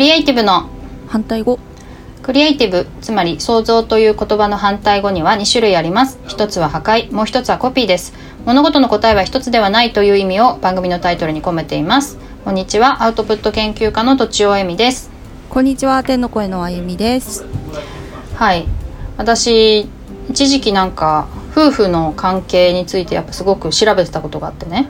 リエイティブの反対語。 クリエイティブ、つまり創造という言葉の反対語には2種類あります。一つは破壊、もう一つはコピーです。物事の答えは一つではないという意味を番組のタイトルに込めています。こんにちは、アウトプット研究家のとちおえみです。 こんにちは、天の声のあゆみです。 はい、私一時期なんか夫婦の関係についてやっぱすごく調べてたことがあってね、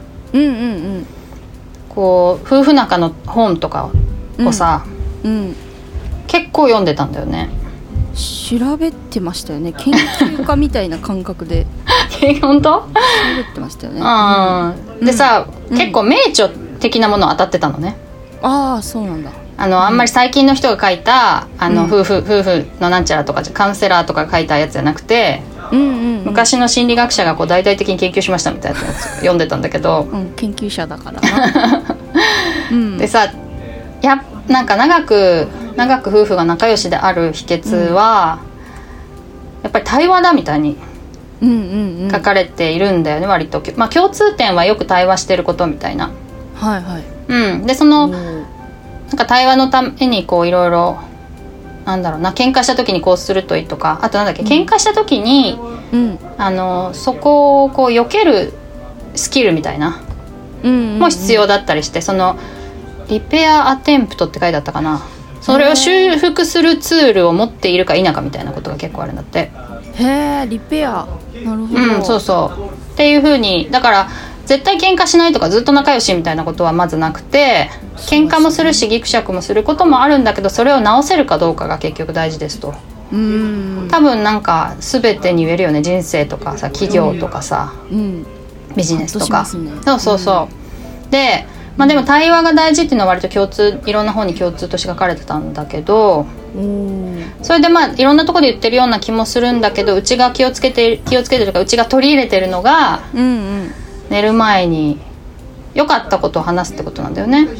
こう夫婦仲の本とかをさ、結構読んでたんだよね。 調べてましたよね。研究家みたいな感覚で本当？ 調べてましたよね。 でさ、結構名著的なもの当たってたのね。 ああ、そうなんだ。 あんまり最近の人が書いた夫婦のなんちゃらとかカウンセラーとかが書いたやつじゃなくて、昔の心理学者がこう大々的に研究しましたみたいなやつ読んでたんだけど、 研究者だからな。 でさ、なんか長く夫婦が仲良しである秘訣は、やっぱり対話だみたいに書かれているんだよね、割と。まあ共通点はよく対話してることみたいな。 はいはい。 でそのなんか対話のためにこういろいろなんだろうな、喧嘩した時にこうするといいとか、あとなんだっけ、喧嘩した時に、そこをこう避けるスキルみたいな、も必要だったりして、そのリペアアテンプトって書いてあったかな、それを修復するツールを持っているか否かみたいなことが結構あるんだって。 へー、リペア。なるほど。 そうそうっていう風に、だから絶対喧嘩しないとかずっと仲良しみたいなことはまずなくて、喧嘩もするしギクシャクもすることもあるんだけど、それを直せるかどうかが結局大事ですと。多分なんか全てに言えるよね。人生とかさ、企業とかさ、ビジネスとか、そうで、でも対話が大事っていうのは割といろんな本に共通として書かれてたんだけど、それでいろんなところで言ってるような気もするんだけど、うちが気をつけてるとか、うちが取り入れてるのが、寝る前に良かったことを話すってことなんだよね。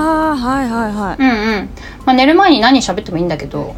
寝る前に何喋ってもいいんだけど、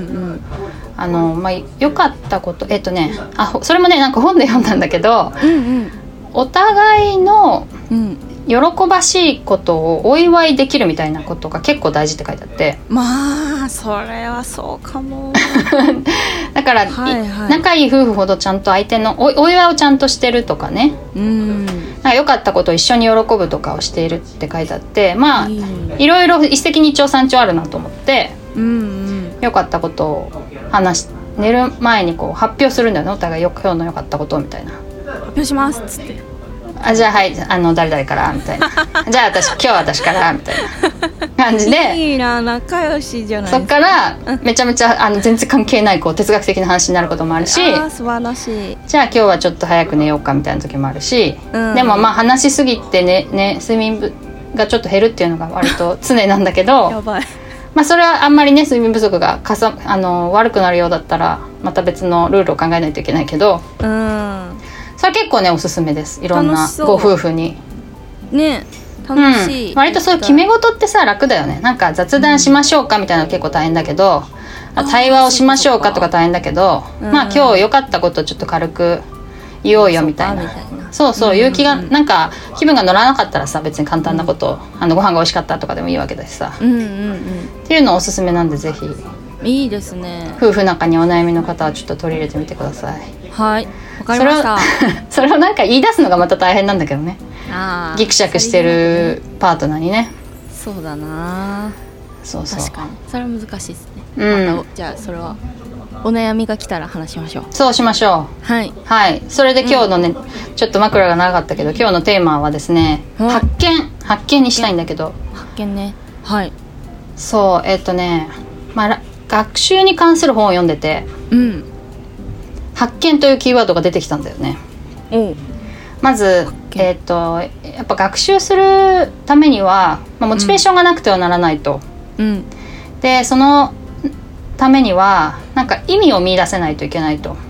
良かったこと、それもね、なんか本で読んだんだけど、お互いの喜ばしいことをお祝いできるみたいなことが結構大事って書いてあって、 それはそうかも。 だから、仲いい夫婦ほどちゃんと相手のお祝いをちゃんとしてるとかね、なんか良かったことを一緒に喜ぶとかをしているって書いてあって、いろいろ一石二鳥三鳥あるなと思って、良かったことを寝る前にこう発表するんだよね。お互い今日の良かったことみたいな。 発表しますっつって、 じゃあはい、誰々からみたいなじゃあ今日は私からみたいな感じでいいな、仲良しじゃない。 そっからめちゃめちゃ全然関係ないこう哲学的な話になることもあるし、 素晴らしい。 じゃあ今日はちょっと早く寝ようかみたいな時もあるし、でも話しすぎて睡眠がちょっと減るっていうのが割と常なんだけどやばい。 それはあんまりね、睡眠不足が悪くなるようだったらまた別のルールを考えないといけないけど、それ結構ねおすすめです。いろんなご夫婦にね、楽しい、割とそういう決め事ってさ楽だよね。なんか雑談しましょうかみたいなの結構大変だけど、対話をしましょうかとか大変だけど、今日良かったことをちょっと軽く言おうよみたいな、そういう気が、なんか気分が乗らなかったらさ、別に簡単なこと、ご飯が美味しかったとかでもいいわけだしさ、っていうのおすすめなんで、ぜひいいですね。 夫婦仲にお悩みの方はちょっと取り入れてみてください。 はい、わかりました。 それをなんか言い出すのがまた大変なんだけどね。ギクシャクしてるパートナーにね。 そうだな。 そう確かにそれは難しいですね。またじゃあそれはお悩みが来たら話しましょう。 そうしましょう。はい、それで今日のね、ちょっと枕が長かったけど、今日のテーマはですね、発見にしたいんだけど。 発見ね。はい。 そう学習に関する本を読んでて、発見というキーワードが出てきたんだよね。まずやっぱ学習するためには、モチベーションがなくてはならないと。でそのためにはなんか意味を見出せないといけないと。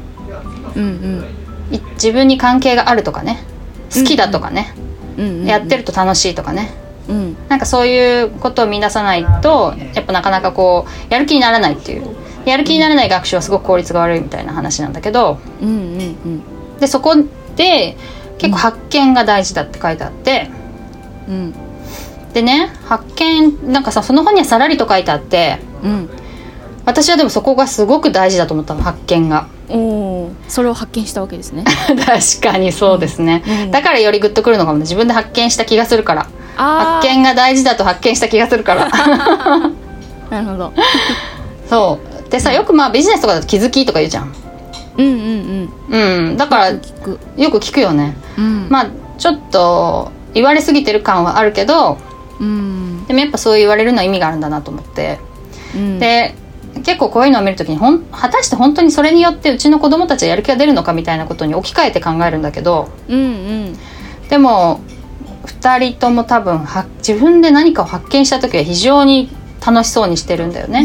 自分に関係があるとかね、好きだとかね、やってると楽しいとかね、なんかそういうことを見出さないとやっぱなかなかこうやる気にならないっていう、やる気にならない学習はすごく効率が悪いみたいな話なんだけど、でそこで結構発見が大事だって書いてあって、 でね、発見なんかさ、その本にはさらりと書いてあって、 うん、 私はでもそこがすごく大事だと思ったの、発見が。 それを発見したわけですね。 確かにそうですね、だからよりグッとくるのかもね。自分で発見した気がするから。発見が大事だと発見した気がするからなるほどそうでさ、よくまあビジネスとかだと気づきとか言うじゃん。だからよく聞くよね、まあちょっと言われすぎてる感はあるけど、でもやっぱそう言われるのは意味があるんだなと思って、で結構こういうのを見るときに果たして本当にそれによってうちの子供たちはやる気が出るのかみたいなことに置き換えて考えるんだけど、でも2人とも多分自分で何かを発見した時は非常に楽しそうにしてるんだよね。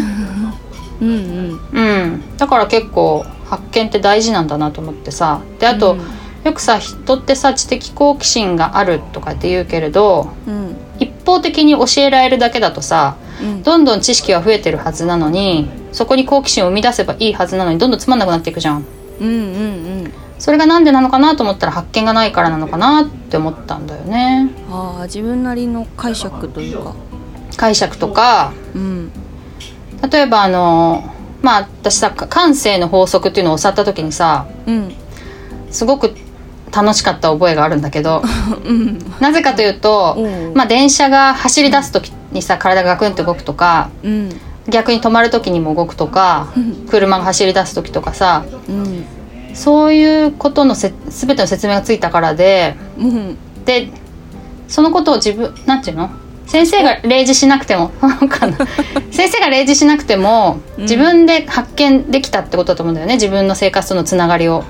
だから結構発見って大事なんだなと思ってさ。であと、よくさ、人ってさ、知的好奇心があるとかって言うけれど、一方的に教えられるだけだとさ、どんどん知識は増えてるはずなのに、そこに好奇心を生み出せばいいはずなのに、どんどんつまんなくなっていくじゃん。それがなんでなのかなと思ったら、発見がないからなのかなって思ったんだよね。 自分なりの解釈というか、 解釈とか、例えばまあ私さ、感性の法則っていうのを教わった時にさ、すごく楽しかった覚えがあるんだけど、なぜかというと、まあ、電車が走り出す時にさ、体がガクンって動くとか、逆に止まる時にも動くとか、車が走り出す時とかさ、そういうことの全ての説明がついたからで、でそのことをなんていうの、先生が例示しなくても先生が例示しなくても自分で発見できたってことだと思うんだよね、自分の生活とのつながりを。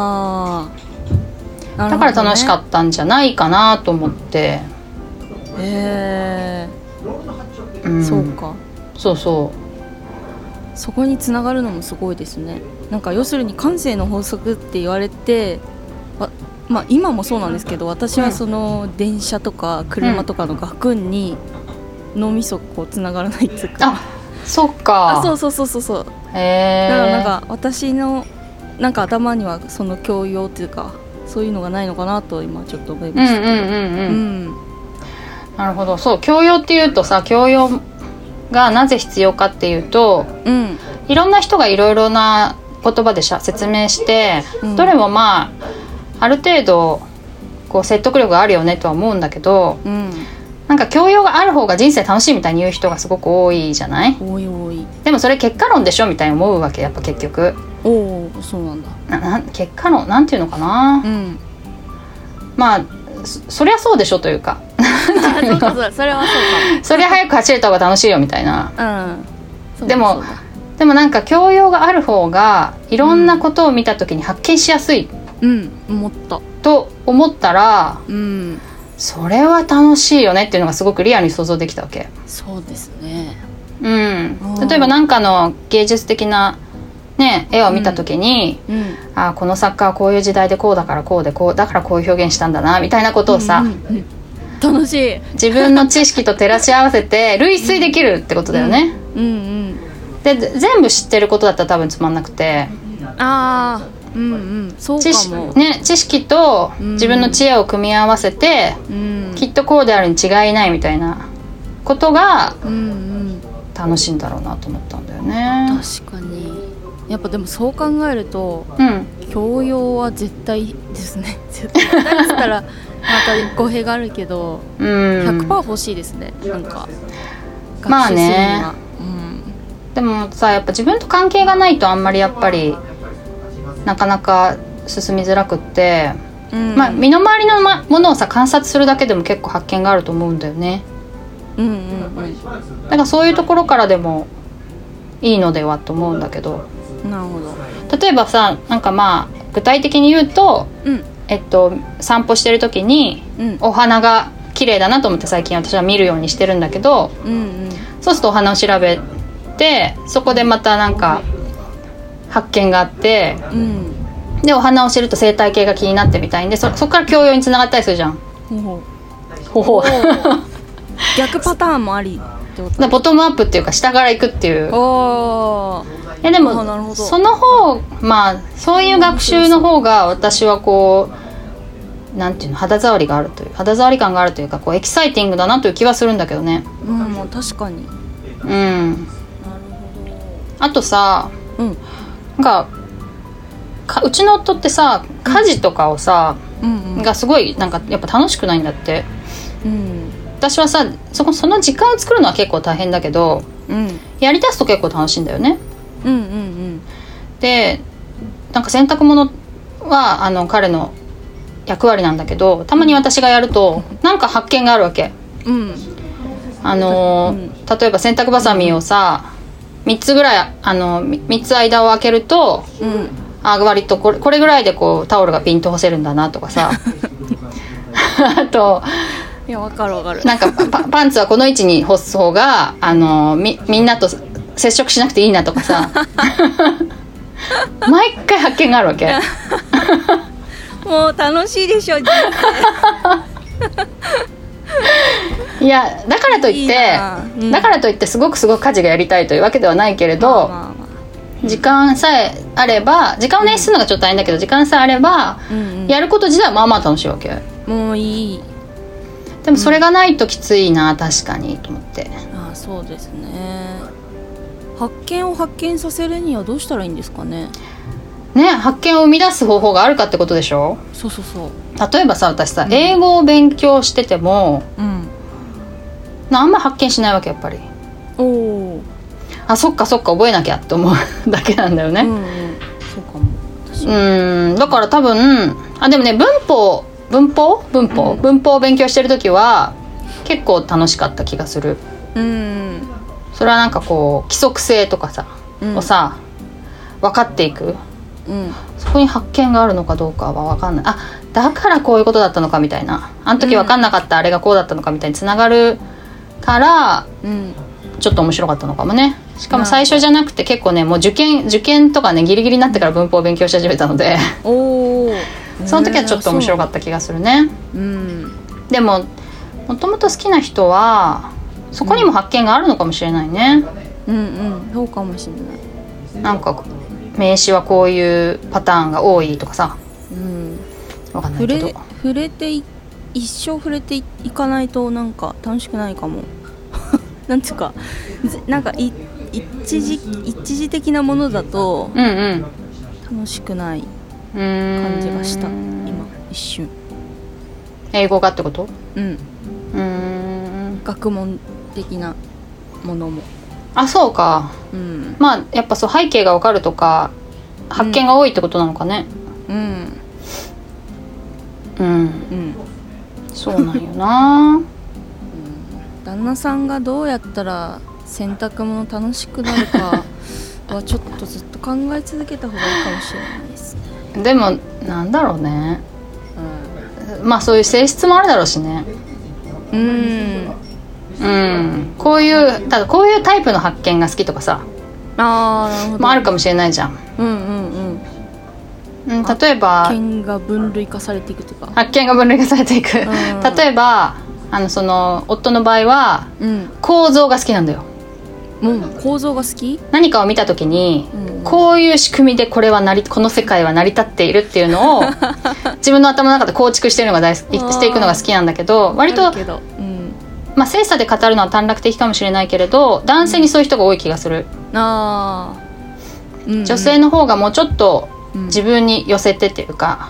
だから楽しかったんじゃないかなと思って。そうか。 そこにつながるのもすごいですね。なんか要するに感性の法則って言われて、まあ今もそうなんですけど、私はその電車とか車とかのガクンに脳みそこうつながらないっていうか。 そっか。 そうだからなんか私のなんか頭にはその教養っていうか、そういうのがないのかなと今ちょっと思いました。 なるほど。そう、教養っていうとさ、教養がなぜ必要かっていうと、いろんな人がいろいろな言葉で説明して、どれもまあある程度こう説得力があるよねとは思うんだけど、なんか教養がある方が人生楽しいみたいに言う人がすごく多いじゃない？ 多い。 でもそれ結果論でしょみたいに思うわけ、やっぱ結局。 そうなんだ。 結果論なんていうのかな、まあそりゃそうでしょというかそれはそうか。 そりゃ早く走れた方が楽しいよみたいな。でもなんか教養がある方がいろんなことを見た時に発見しやすい、 思ったと思ったら、それは楽しいよねっていうのがすごくリアルに想像できたわけ。 そうですね。 例えばなんかの芸術的なね、絵を見た時に、この作家はこういう時代でこうだからこうでこうだからこういう表現したんだなみたいなことをさ、 楽しい。 自分の知識と照らし合わせて類推できるってことだよね。で全部知ってることだったら多分つまんなくて、 そうかも知識と自分の知恵を組み合わせて、きっとこうであるに違いないみたいなことが楽しいんだろうなと思ったんだよね。 確かに。やっぱでもそう考えると、教養は絶対ですね。絶対っつったらまた語弊があるけど、100% 欲しいですね。なんかまあね、でもさ、やっぱ自分と関係がないとあんまりやっぱりなかなか進みづらくって、まあ身の回りのものをさ観察するだけでも結構発見があると思うんだよね。だからそういうところからでもいいのではと思うんだけど。 なるほど。 例えばさ、なんかまあ具体的に言うと、散歩してる時に、お花が綺麗だなと思って最近私は見るようにしてるんだけど、そうするとお花を調べて、そこでまたなんか発見があって、でお花を知ると生態系が気になってみたいんで、そこから教養につながったりするじゃん。 逆パターンもありってことだ。 ボトムアップっていうか下から行くっていう。でもその方、まあそういう学習の方が私はこうなんていうの、肌触り感があるというか、こうエキサイティングだなという気はするんだけどね。 もう確かに。 うん。 なるほあとさ、 ど。うん。 なんかうちの夫ってさ、家事とかをさ、がすごいなんかやっぱ楽しくないんだって。私はさ、その時間を作るのは結構大変だけど、やりだすと結構楽しいんだよね。で、なんか洗濯物は彼の役割なんだけど、たまに私がやるとなんか発見があるわけ。例えば洗濯バサミをさ、3つぐらい3つ間を開けると、割とこれぐらいでこうタオルがピンと干せるんだなとかさあと、 いや、分かるなんかパンツはこの位置に干す方がみんなと接触しなくていいなとかさ毎回発見があるわけもう楽しいでしょ人生いや、だからといってすごく家事がやりたいというわけではないけれど、時間さえあれば、時間を捻出するのがちょっと大変だけど、時間さえあれば、やること自体はまあまあ楽しいわけ。 もういい。 でもそれがないときついな、確かにと思って。 そうですね。発見させるにはどうしたらいいんですかね。 発見を生み出す方法があるかってことでしょ。 そう。 例えばさ、私さ、英語を勉強してても、あんま発見しないわけ、やっぱり。そっか覚えなきゃって思うだけなんだよね。 そうかも。 だから多分でもね、文法を勉強してる時は結構楽しかった気がする。それはなんかこう規則性とかさ、をさ分かっていく、そこに発見があるのかどうかは分かんない。だからこういうことだったのかみたいな、あの時分かんなかったあれがこうだったのかみたいにつながるから、ちょっと面白かったのかもね。しかも最初じゃなくて結構ね、もう受験とかね、ギリギリになってから文法を勉強し始めたのでその時はちょっと面白かった気がするね。でももともと好きな人はそこにも発見があるのかもしれないね。 そうかもしれない。 なんか名詞はこういうパターンが多いとかさ、わかんないけど、 一生触れていかないとなんか楽しくないかもなんていうか、なんか一時的なものだと楽しくない感じがした、今一瞬。 英語がってこと？ 学問的なものも。 そうか。まあやっぱそう、背景が分かるとか発見が多いってことなのかね。そうなんよな旦那さんがどうやったら洗濯物楽しくなるかはちょっとずっと考え続けた方がいいかもしれないですね。 でもなんだろうね、まあそういう性質もあるだろうしね。こういうタイプの発見が好きとかさ、 なるほど、 あるかもしれないじゃん。例えば発見が分類化されていくとか。 例えばその夫の場合は、構造が好きなんだよ。 構造が好き？ 何かを見た時に、こういう仕組みでこの世界は成り立っているっていうのを自分の頭の中で構築していくのが好きなんだけど、割と精査で語るのは短絡的かもしれないけれど、男性にそういう人が多い気がする。女性の方がもうちょっと自分に寄せてっていうか、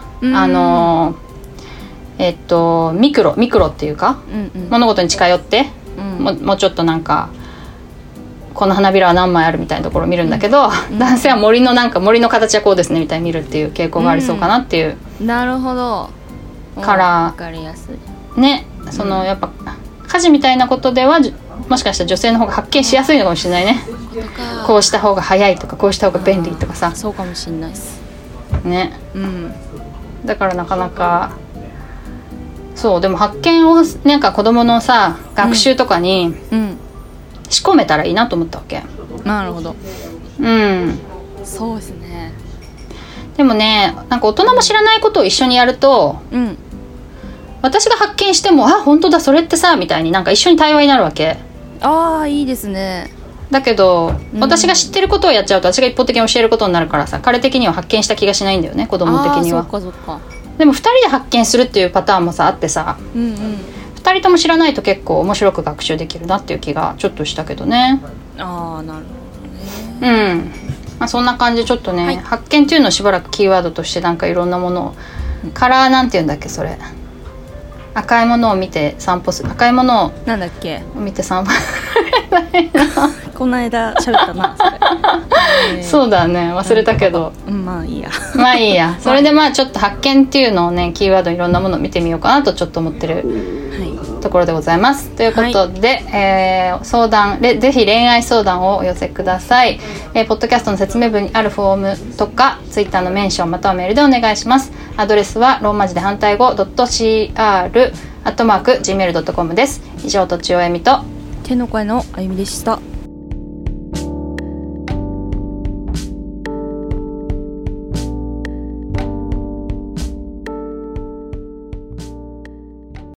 ミクロっていうか、物事に近寄って、もうちょっとなんかこの花びらは何枚あるみたいなところを見るんだけど、男性は森の形はこうですねみたいに見るっていう傾向がありそうかなっていう。 なるほど。 から分かりやすいね。やっぱ家事みたいなことではもしかしたら女性の方が発見しやすいのかもしれないね。こうした方が早いとか、こうした方が便利とかさ。 そうかもしれないですね。だからなかなかでも発見をなんか子供のさ学習とかに仕込めたらいいなと思ったわけ。 なるほど。そうですね。 でもね、なんか大人も知らないことを一緒にやると、私が発見しても本当だそれってさみたいになんか一緒に対話になるわけ。 いいですね。 だけど、私が知ってることをやっちゃうと私が一方的に教えることになるからさ、彼的には発見した気がしないんだよね、子供的には。 そっか。 でも2人で発見するっていうパターンもさあってさ、 うんうん、 2人とも知らないと結構面白く学習できるなっていう気がちょっとしたけどね。 ああなるほどね。 うん、まあ、そんな感じでちょっとね、 はい、 発見っていうのをしばらくキーワードとしてなんかいろんなものを、カラーなんていうんだっけそれ、赤いものを見て散歩する、赤いものをなんだっけ見て散歩この間喋ったなそれ、 そうだね、忘れたけど、 うん、まあいいやまあいいや。それでまあちょっと発見っていうのをねキーワードいろんなものを見てみようかなとちょっと思ってるところでございます。ということで、相談ぜひ恋愛相談をお寄せください。ポッドキャストの説明文にあるフォームとかツイッターのメンションまたはメールでお願いします。アドレスはローマ字で反対語 .cr@gmail.com です。以上とちおえみと天の声のあゆみでした。